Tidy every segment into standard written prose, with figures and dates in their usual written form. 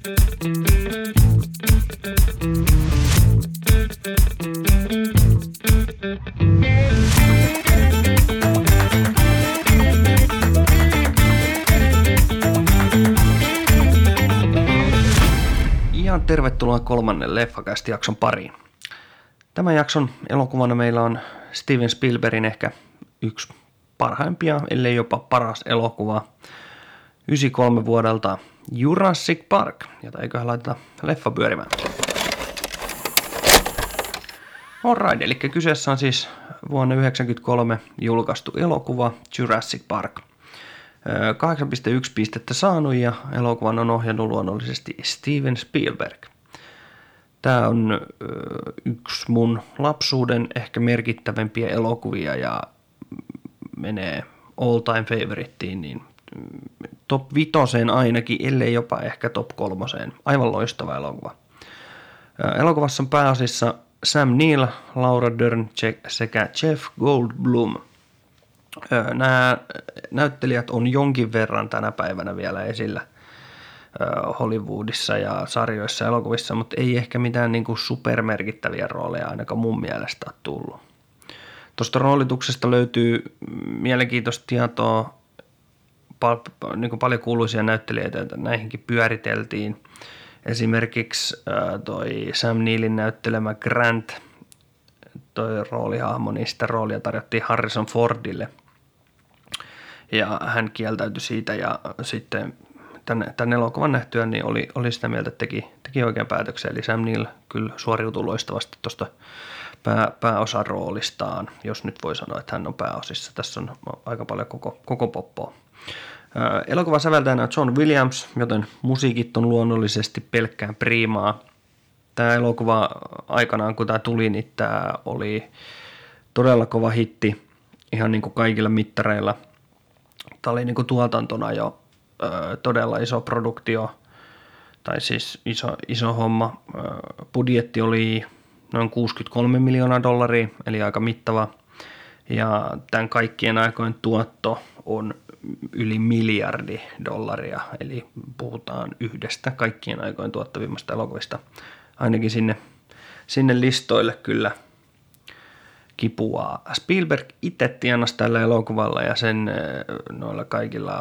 Ja tervetuloa kolmannen Leffacast-jakson pariin. Tämän jakson elokuvana meillä on Steven Spielbergin ehkä yksi parhaimpia, ellei jopa paras elokuva 93 vuodelta Jurassic Park, jota eiköhän laiteta leffa pyörimään. Alright, eli kyseessä on siis vuonna 1993 julkaistu elokuva Jurassic Park. 8,1 pistettä saanut ja elokuvan on ohjannut luonnollisesti Steven Spielberg. Tämä on yksi mun lapsuuden ehkä merkittävämpiä elokuvia ja menee all time favorittiin, niin top 5 ainakin, ellei jopa ehkä top 3. Aivan loistava elokuva. Elokuvassa on pääosissa Sam Neill, Laura Dern sekä Jeff Goldblum. Nämä näyttelijät on jonkin verran tänä päivänä vielä esillä Hollywoodissa ja sarjoissa ja elokuvissa, mutta ei ehkä mitään niin kuin supermerkittäviä rooleja ainakaan mun mielestä ole tullut. Tuosta roolituksesta löytyy mielenkiintoista tietoa, niin kuin paljon kuuluisia näyttelijöitä, joita näihinkin pyöriteltiin. Esimerkiksi toi Sam Neillin näyttelemä Grant, toi roolihahmo, niin sitä roolia tarjottiin Harrison Fordille. Ja hän kieltäytyi siitä ja sitten tämän elokuvan nähtyään niin oli sitä mieltä, että teki oikean päätöksen. Eli Sam Neill kyllä suoriutui loistavasti tuosta pääosan roolistaan, jos nyt voi sanoa, että hän on pääosissa. Tässä on aika paljon koko poppoa. Elokuvan säveltäjänä on John Williams, joten musiikit on luonnollisesti pelkkään priimaa. Tämä elokuva aikanaan, kun tämä tuli, niin tämä oli todella kova hitti ihan niin kuin kaikilla mittareilla. Tämä oli niin kuin tuotantona jo todella iso produktio, tai siis iso homma. Budjetti oli noin $63 miljoonaa, eli aika mittava. Ja tämän kaikkien aikojen tuotto on yli $1 miljardi, eli puhutaan yhdestä kaikkien aikojen tuottavimmasta elokuvista. Ainakin sinne listoille kyllä kipuaa. Spielberg itse tienasi tällä elokuvalla ja sen noilla kaikilla,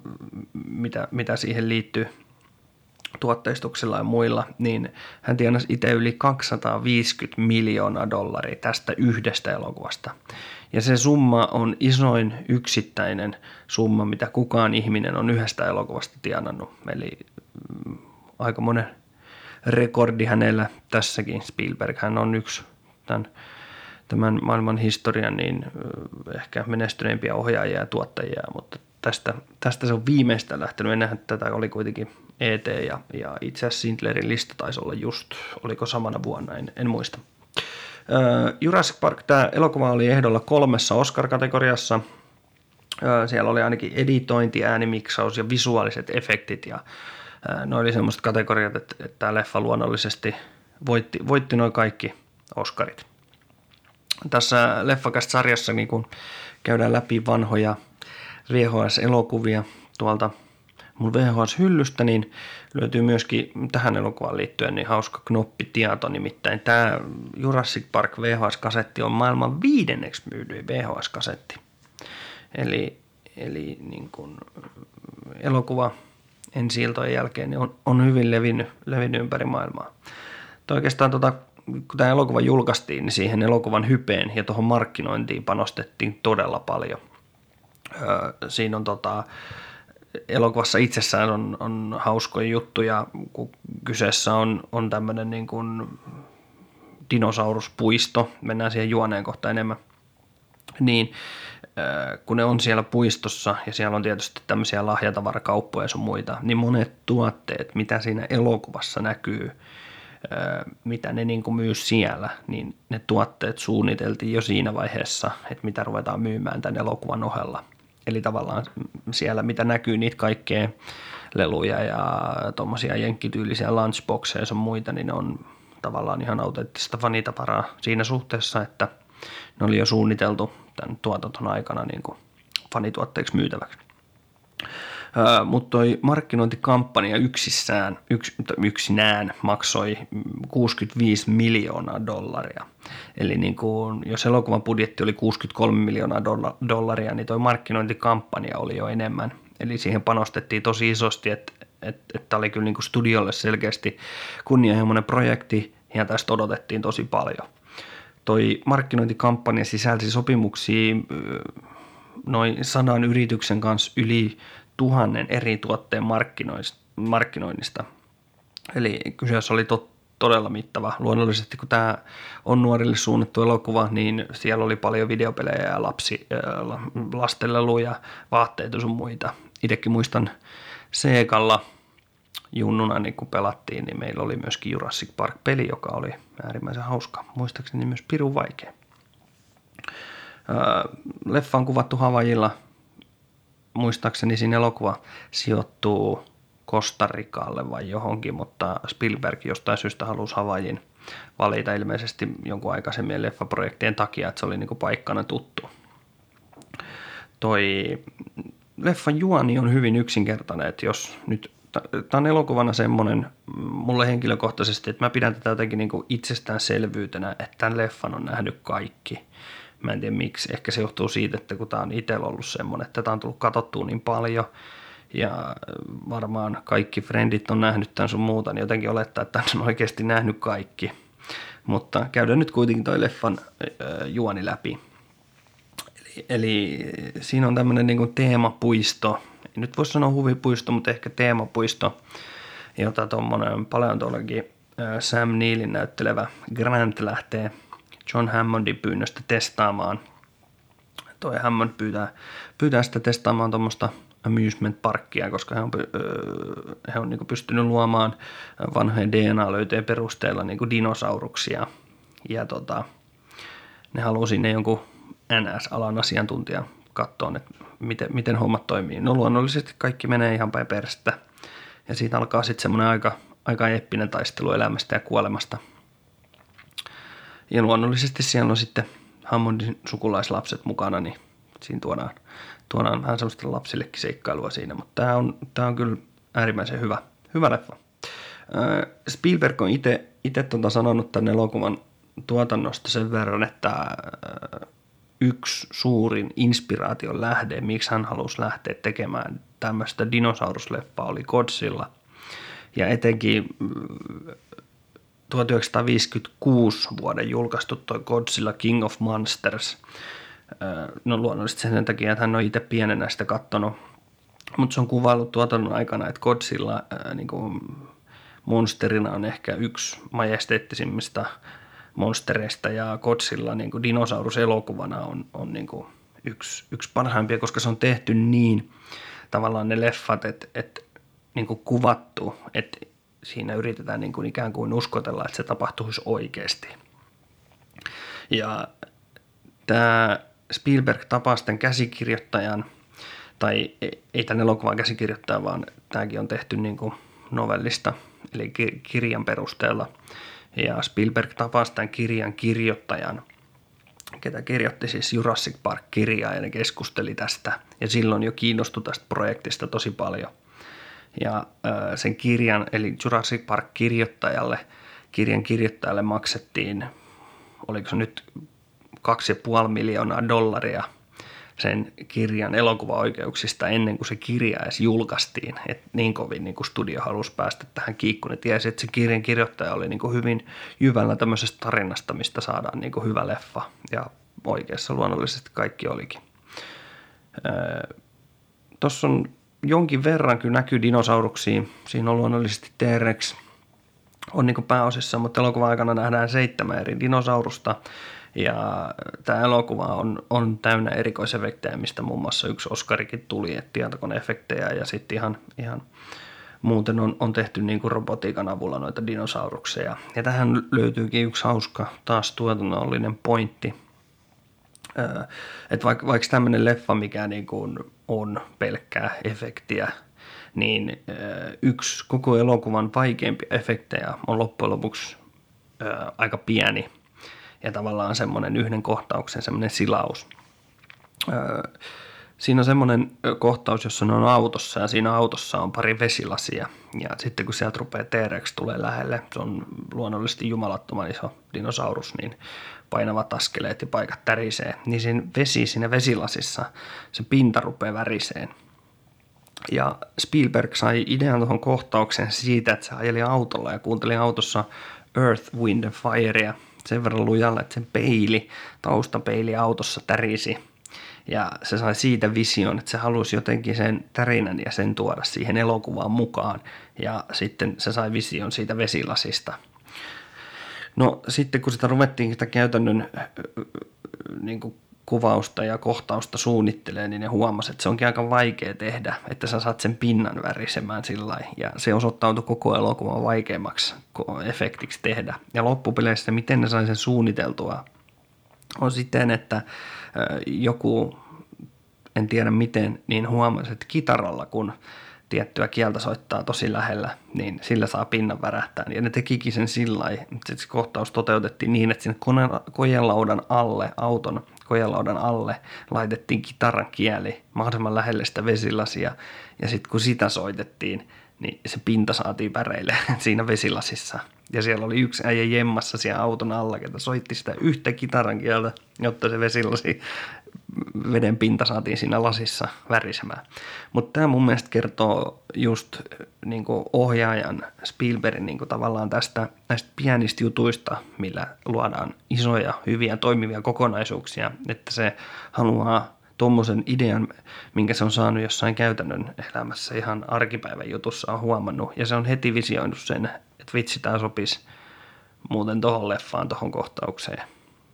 mitä siihen liittyy tuotteistuksilla ja muilla, niin hän tienasi itse yli $250 miljoonaa tästä yhdestä elokuvasta. Ja se summa on isoin yksittäinen summa, mitä kukaan ihminen on yhdestä elokuvasta tienannut. Eli aika monen rekordi hänellä tässäkin. Spielberg hän on yksi tämän maailman historian niin ehkä menestyneimpiä ohjaajia ja tuottajia, mutta tästä se on viimeistä lähtenyt. Ennenhän tätä oli kuitenkin E.T. ja itse asiassa Schindlerin lista taisi olla just, oliko samana vuonna, en muista. Jurassic Park, tämä elokuva oli ehdolla 3 Oscar-kategoriassa. Siellä oli ainakin editointi, äänimiksaus ja visuaaliset efektit ja ne oli semmoiset kategoriat, että tämä leffa luonnollisesti voitti noin kaikki Oscarit. Tässä Leffacast-sarjassa niin kun käydään läpi vanhoja VHS-elokuvia tuolta mun VHS-hyllystä, niin löytyy myöskin tähän elokuvaan liittyen niin hauska knoppitieto, nimittäin tämä Jurassic Park VHS-kasetti on maailman 5. myydyin VHS-kasetti. Eli niin kuin elokuva ensi-iltojen jälkeen niin on hyvin levinnyt ympäri maailmaa. Oikeastaan kun tämä elokuva julkaistiin, niin siihen elokuvan hypeen ja tuohon markkinointiin panostettiin todella paljon. Siinä on elokuvassa itsessään on hauskoja juttuja, kun kyseessä on tämmöinen niin kuin dinosauruspuisto, mennään siihen juoneen kohta enemmän, niin kun ne on siellä puistossa ja siellä on tietysti tämmöisiä lahjatavarakauppoja ja sun muita, niin monet tuotteet, mitä siinä elokuvassa näkyy, mitä ne niin kuin myy siellä, niin ne tuotteet suunniteltiin jo siinä vaiheessa, että mitä ruvetaan myymään tämän elokuvan ohella. Eli tavallaan siellä, mitä näkyy niitä kaikkea leluja ja tuommoisia jenkkityylisiä lunchboxeja ja sun muita, niin ne on tavallaan ihan autenttista fanitavaraa siinä suhteessa, että ne oli jo suunniteltu tämän tuotanton aikana niin kuin fanituotteeksi myytäväksi. Mutta toi markkinointikampanja yksinään maksoi $65 miljoonaa. Eli niin kuin, jos elokuvan budjetti oli $63 miljoonaa, niin toi markkinointikampanja oli jo enemmän. Eli siihen panostettiin tosi isosti, että oli kyllä niin kuin studiolle selkeästi kunnianhimoinen projekti ja tästä odotettiin tosi paljon. Toi markkinointikampanja sisälsi sopimuksia noin 100 yrityksen kanssa yli 1000 eri tuotteen markkinoinnista. Eli kyseessä oli todella mittava. Luonnollisesti kun tämä on nuorille suunnattu elokuva, niin siellä oli paljon videopelejä ja lastenleluja, vaatteita sun muita. Itsekin muistan Seekalla junnuna, niin kun pelattiin, niin meillä oli myöskin Jurassic Park-peli, joka oli äärimmäisen hauska. Muistaakseni myös pirun vaikea. Leffa on kuvattu Havaijilla. Muistaakseni siinä elokuva sijoittuu Kostarikalle vai johonkin, mutta Spielberg jostain syystä halusi Havaijin valita ilmeisesti jonkun aikaisemmien leffaprojektien takia, että se oli niinku paikkana tuttu. Toi leffan juoni on hyvin yksinkertainen, että jos nyt tämä on elokuvana semmoinen mulle henkilökohtaisesti, että mä pidän tätä jotenkin niinku itsestäänselvyytenä, että tämän leffan on nähnyt kaikki. Mä en tiedä miksi. Ehkä se johtuu siitä, että kun tämä on itsellä ollut semmoinen, että tämä on tullut katsottua niin paljon ja varmaan kaikki frendit on nähnyt tämän sun muuta, niin jotenkin olettaa, että tämän on oikeasti nähnyt kaikki. Mutta käydään nyt kuitenkin toi leffan juoni läpi. Eli siinä on tämmöinen niin kuin teemapuisto. Nyt voisi sanoa huvipuisto, mutta ehkä teemapuisto, jota tuommoinen paleontologi Sam Neillin näyttelevä Grant lähtee John Hammondin pyynnöstä testaamaan. Toi Hammond pyytää sitä testaamaan tuommoista amusement-parkkia, koska he on niin pystynyt luomaan vanhojen DNA-löytöjen perusteella niin dinosauruksia. Ja ne haluaa sinne jonkun NS-alan asiantuntijan katsoa, että miten hommat toimii. No luonnollisesti kaikki menee ihan päin persettä. Ja siitä alkaa sitten semmoinen aika eeppinen taistelu elämästä ja kuolemasta. Ja luonnollisesti siellä on sitten Hammondin sukulaislapset mukana, niin siinä tuodaan vähän semmoista lapsillekin seikkailua siinä, mutta tämä on kyllä äärimmäisen hyvä leffa. Spielberg on itse sanonut tämän elokuvan tuotannosta sen verran, että yksi suurin inspiraation lähde, miksi hän halusi lähteä tekemään tämmöistä dinosaurusleffaa, oli Godzilla. Ja etenkin 1956 vuoden julkaistu toi Godzilla King of Monsters. No luonnollisesti sen takia, että hän on itse pienenä sitä katsonut. Mutta se on kuvaillut tuotannon aikana, että Godzilla niin kuin monsterina on ehkä yksi majesteettisimmista monstereista ja Godzilla niin kuin dinosauruselokuvana on niin kuin yksi parhaimpia, koska se on tehty niin tavallaan ne leffat, että niin kuin kuvattu, että siinä yritetään niin kuin ikään kuin uskotella, että se tapahtuisi oikeasti. Ja tämä Spielberg tapasi tämän käsikirjoittajan, tai ei tämän elokuvan käsikirjoittaja, vaan tämäkin on tehty niin kuin novellista, eli kirjan perusteella. Ja Spielberg tapasi tämän kirjan kirjoittajan, ketä kirjoitti siis Jurassic Park-kirjaa, ja ne keskusteli tästä. Ja silloin jo kiinnostui tästä projektista tosi paljon. Ja sen kirjan, eli Jurassic Park-kirjoittajalle, kirjan kirjoittajalle maksettiin, oliko se nyt $2,5 miljoonaa sen kirjan elokuvaoikeuksista ennen kuin se kirja edes julkaistiin. Et niin kovin niin kuin studio halusi päästä tähän kiikkuun. Ne tiesi, että se kirjan kirjoittaja oli niin kuin hyvin jyvällä tämmöisestä tarinasta, mistä saadaan niin kuin hyvä leffa. Ja oikeassa luonnollisesti kaikki olikin. Tuossa on jonkin verran kyllä näkyy dinosauruksia. Siinä on luonnollisesti T-Rex on niin kuin pääosissa, mutta elokuvan aikana nähdään 7 eri dinosaurusta. Ja tämä elokuva on täynnä erikoisefektejä, mistä muun muassa yksi Oscarikin tuli, että tietokoneefektejä ja sitten ihan muuten on tehty niin kuin robotiikan avulla noita dinosauruksia. Ja tähän löytyykin yksi hauska taas tuotannollinen pointti, että vaikka tämmöinen leffa, mikä niin kuin on pelkkää efektiä, niin yksi koko elokuvan vaikeimpia efektejä on loppujen lopuksi aika pieni. Ja tavallaan semmoinen yhden kohtauksen semmoinen silaus. Siinä on semmoinen kohtaus, jossa ne on autossa ja siinä autossa on pari vesilasia. Ja sitten kun sieltä rupeaa T-Rex tulee lähelle, se on luonnollisesti jumalattoman iso dinosaurus, niin painavat askeleet ja paikat tärisee. Niin siinä vesilasissa se pinta rupeaa väriseen. Ja Spielberg sai idean tuohon kohtaukseen siitä, että se ajeli autolla ja kuunteli autossa Earth, Wind and Firea sen verran lujalle, että sen taustapeili autossa tärisi. Ja se sai siitä vision, että se halusi jotenkin sen tarinan ja sen tuoda siihen elokuvaan mukaan. Ja sitten se sai vision siitä vesilasista. No sitten kun sitä ruvettiin sitä käytännön niin kuin kuvausta ja kohtausta suunnittelee, niin ne huomasi, että se onkin aika vaikea tehdä, että sä saat sen pinnan värisemään sillä lailla. Ja se osoittautui koko elokuvan vaikeammaksi efektiksi tehdä. Ja loppupeleissä, miten ne sai sen suunniteltua, on siten, että joku, en tiedä miten, niin huomasi, että kitaralla, kun tiettyä kieltä soittaa tosi lähellä, niin sillä saa pinnan värähtää. Ja ne tekikin sen sillä lailla, että se kohtaus toteutettiin niin, että sinne kojelaudan alle, auton kojelaudan alle laitettiin kitaran kieli mahdollisimman lähelle sitä vesilasia. Ja sitten kun sitä soitettiin, niin se pinta saatiin väreille siinä vesilasissa. Ja siellä oli yksi äijä jemmassa siellä auton alla, ketä soitti sitä yhtä kitaran kieltä, jotta se vesilasi, veden pinta saatiin siinä lasissa värisemään. Mutta tämä mun mielestä kertoo just niin kuin ohjaajan Spielbergin niin kuin tavallaan näistä pienistä jutuista, millä luodaan isoja, hyviä, toimivia kokonaisuuksia, että se haluaa tuommoisen idean, minkä se on saanut jossain käytännön elämässä ihan arkipäivän jutussa on huomannut. Ja se on heti visioinut sen, että vitsi, tämä sopisi muuten tohon leffaan, tohon kohtaukseen.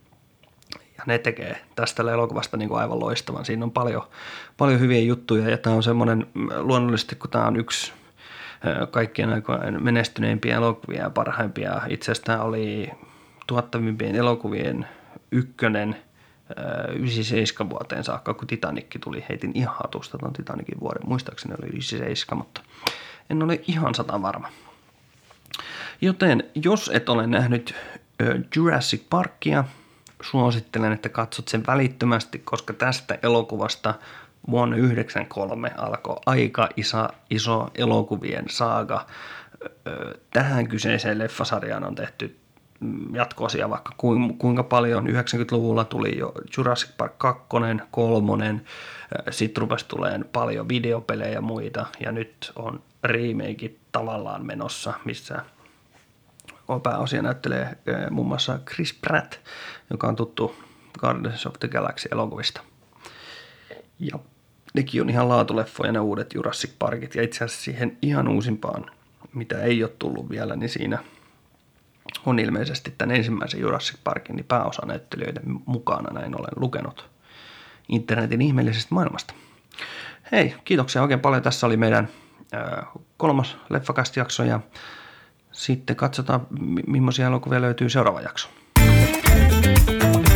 Ja ne tekee tästä elokuvasta niin kuin aivan loistavan. Siinä on paljon hyviä juttuja ja tämä on semmoinen, luonnollisesti kun tämä on yksi kaikkien aikojen menestyneimpiä elokuvia ja parhaimpia. Itse asiassa tämä oli tuottavimpien elokuvien ykkönen 97 vuoteen saakka, kun Titanicki tuli. Heitin ihan hatusta tuon Titanicin vuoden. Muistaakseni oli 97, mutta en ole ihan 100 varma. Joten jos et ole nähnyt Jurassic Parkia, suosittelen, että katsot sen välittömästi, koska tästä elokuvasta vuonna 1993 alkoi aika iso elokuvien saaga. Tähän kyseiseen leffasarjaan on tehty jatko-osia vaikka kuinka paljon. 90-luvulla tuli jo Jurassic Park 2, 3, sitten rupesi tulemaan paljon videopelejä ja muita, ja nyt on remake tavallaan menossa, missä pääosia näyttelee muun muassa Chris Pratt, joka on tuttu Guardians of the Galaxy-elokuvista. Ja nekin on ihan laatuleffoja ne uudet Jurassic Parkit, ja itse asiassa siihen ihan uusimpaan, mitä ei ole tullut vielä, niin siinä on ilmeisesti tämän ensimmäisen Jurassic Parkin niin pääosanäyttelijöiden mukana, näin olen lukenut internetin ihmeellisestä maailmasta. Hei, kiitoksia oikein paljon. Tässä oli meidän 3. Leffakast-jakso ja sitten katsotaan, millaisia elokuvia löytyy seuraava jakso.